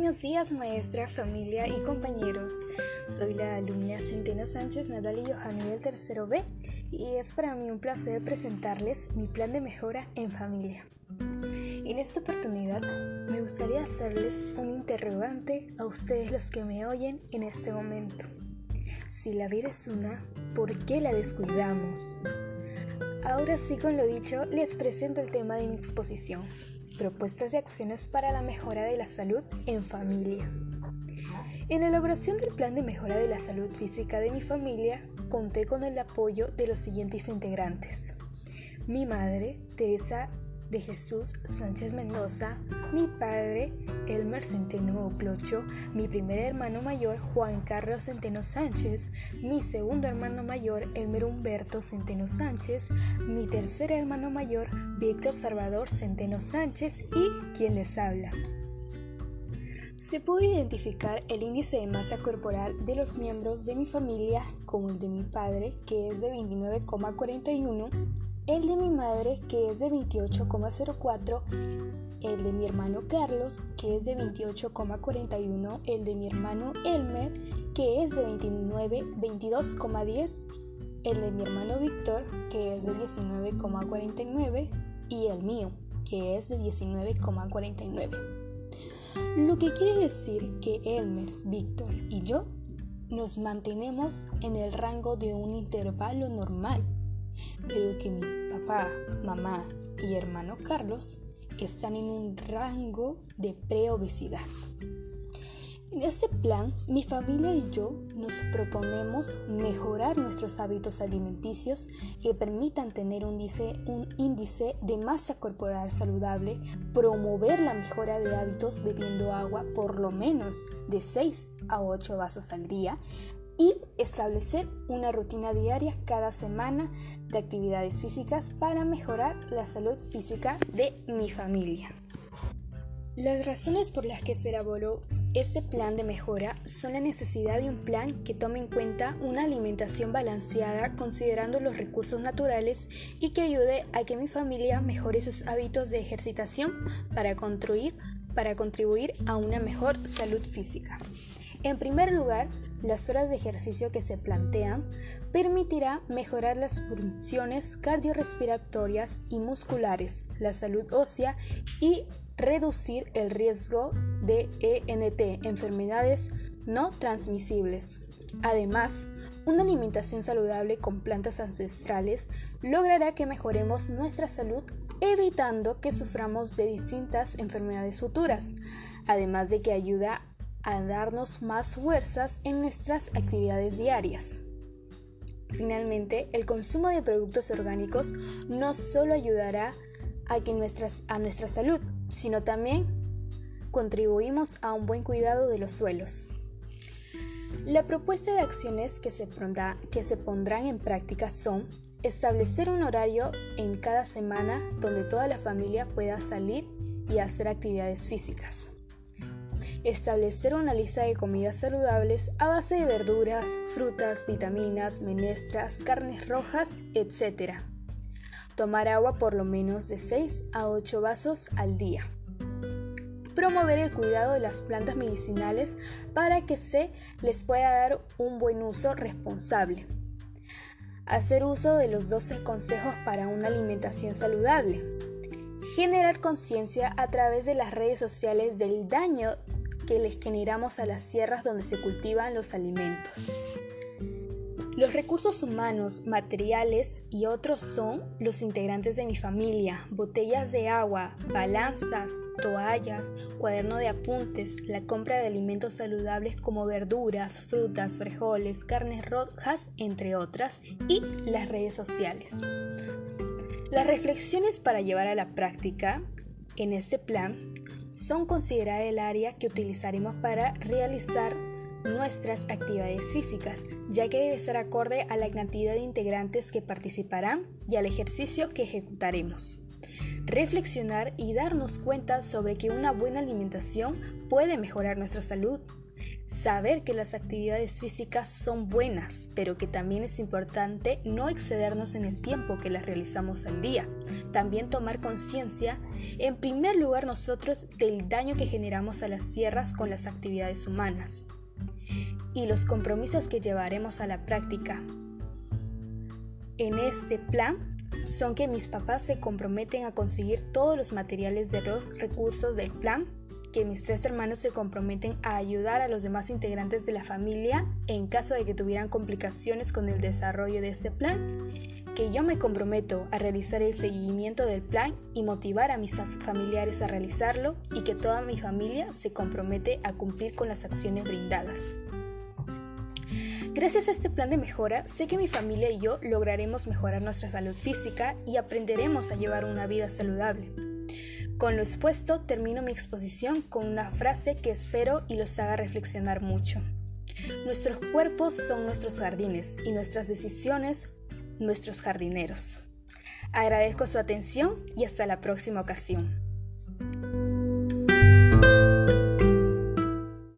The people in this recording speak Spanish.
Buenos días, maestra, familia y compañeros. Soy la alumna Centeno Sánchez Natalia Johanny del tercero B y es para mí un placer presentarles mi plan de mejora en familia. En esta oportunidad me gustaría hacerles un interrogante a ustedes los que me oyen en este momento. Si la vida es una, ¿por qué la descuidamos? Ahora sí, con lo dicho, les presento el tema de mi exposición. Propuestas de acciones para la mejora de la salud en familia. En la elaboración del plan de mejora de la salud física de mi familia, conté con el apoyo de los siguientes integrantes: mi madre, Teresa de Jesús Sánchez Mendoza, mi padre, Elmer Centeno Oclocho, mi primer hermano mayor, Juan Carlos Centeno Sánchez, mi segundo hermano mayor, Elmer Humberto Centeno Sánchez, mi tercer hermano mayor, Víctor Salvador Centeno Sánchez y quien les habla. Se puede identificar el índice de masa corporal de los miembros de mi familia como el de mi padre, que es de 29,41, el de mi madre, que es de 28,04, el de mi hermano Carlos, que es de 28,41, el de mi hermano Elmer, que es de 22,10, el de mi hermano Víctor, que es de 19,49, y el mío, que es de 19,49. Lo que quiere decir que Elmer, Víctor y yo nos mantenemos en el rango de un intervalo normal, pero que mi papá, mamá y hermano Carlos están en un rango de preobesidad. En este plan, mi familia y yo nos proponemos mejorar nuestros hábitos alimenticios que permitan tener un índice de masa corporal saludable, promover la mejora de hábitos bebiendo agua por lo menos de 6 a 8 vasos al día, y establecer una rutina diaria cada semana de actividades físicas para mejorar la salud física de mi familia. Las razones por las que se elaboró este plan de mejora son la necesidad de un plan que tome en cuenta una alimentación balanceada considerando los recursos naturales y que ayude a que mi familia mejore sus hábitos de ejercitación para contribuir a una mejor salud física. En primer lugar, las horas de ejercicio que se plantean permitirá mejorar las funciones cardiorrespiratorias y musculares, la salud ósea y reducir el riesgo de ENT, enfermedades no transmisibles. Además, una alimentación saludable con plantas ancestrales logrará que mejoremos nuestra salud, evitando que suframos de distintas enfermedades futuras, además de que ayuda a darnos más fuerzas en nuestras actividades diarias. Finalmente, el consumo de productos orgánicos no solo ayudará a nuestra salud, sino también contribuimos a un buen cuidado de los suelos. La propuesta de acciones que se pondrán en práctica son: establecer un horario en cada semana donde toda la familia pueda salir y hacer actividades físicas. Establecer una lista de comidas saludables a base de verduras, frutas, vitaminas, menestras, carnes rojas, etc. Tomar agua por lo menos de 6 a 8 vasos al día. Promover el cuidado de las plantas medicinales para que se les pueda dar un buen uso responsable. Hacer uso de los 12 consejos para una alimentación saludable. Generar conciencia a través de las redes sociales del daño que les generamos a las tierras donde se cultivan los alimentos. Los recursos humanos, materiales y otros son los integrantes de mi familia: botellas de agua, balanzas, toallas, cuaderno de apuntes, la compra de alimentos saludables como verduras, frutas, frijoles, carnes rojas, entre otras, y las redes sociales. Las reflexiones para llevar a la práctica en este plan son considerar el área que utilizaremos para realizar nuestras actividades físicas, ya que debe ser acorde a la cantidad de integrantes que participarán y al ejercicio que ejecutaremos. Reflexionar y darnos cuenta sobre que una buena alimentación puede mejorar nuestra salud. Saber que las actividades físicas son buenas, pero que también es importante no excedernos en el tiempo que las realizamos al día. También tomar conciencia, en primer lugar nosotros, del daño que generamos a las tierras con las actividades humanas y los compromisos que llevaremos a la práctica. En este plan son que mis papás se comprometen a conseguir todos los materiales de los recursos del plan, que mis 3 hermanos se comprometen a ayudar a los demás integrantes de la familia en caso de que tuvieran complicaciones con el desarrollo de este plan, que yo me comprometo a realizar el seguimiento del plan y motivar a mis familiares a realizarlo, y que toda mi familia se compromete a cumplir con las acciones brindadas. Gracias a este plan de mejora, sé que mi familia y yo lograremos mejorar nuestra salud física y aprenderemos a llevar una vida saludable. Con lo expuesto, termino mi exposición con una frase que espero y los haga reflexionar mucho. Nuestros cuerpos son nuestros jardines y nuestras decisiones, nuestros jardineros. Agradezco su atención y hasta la próxima ocasión.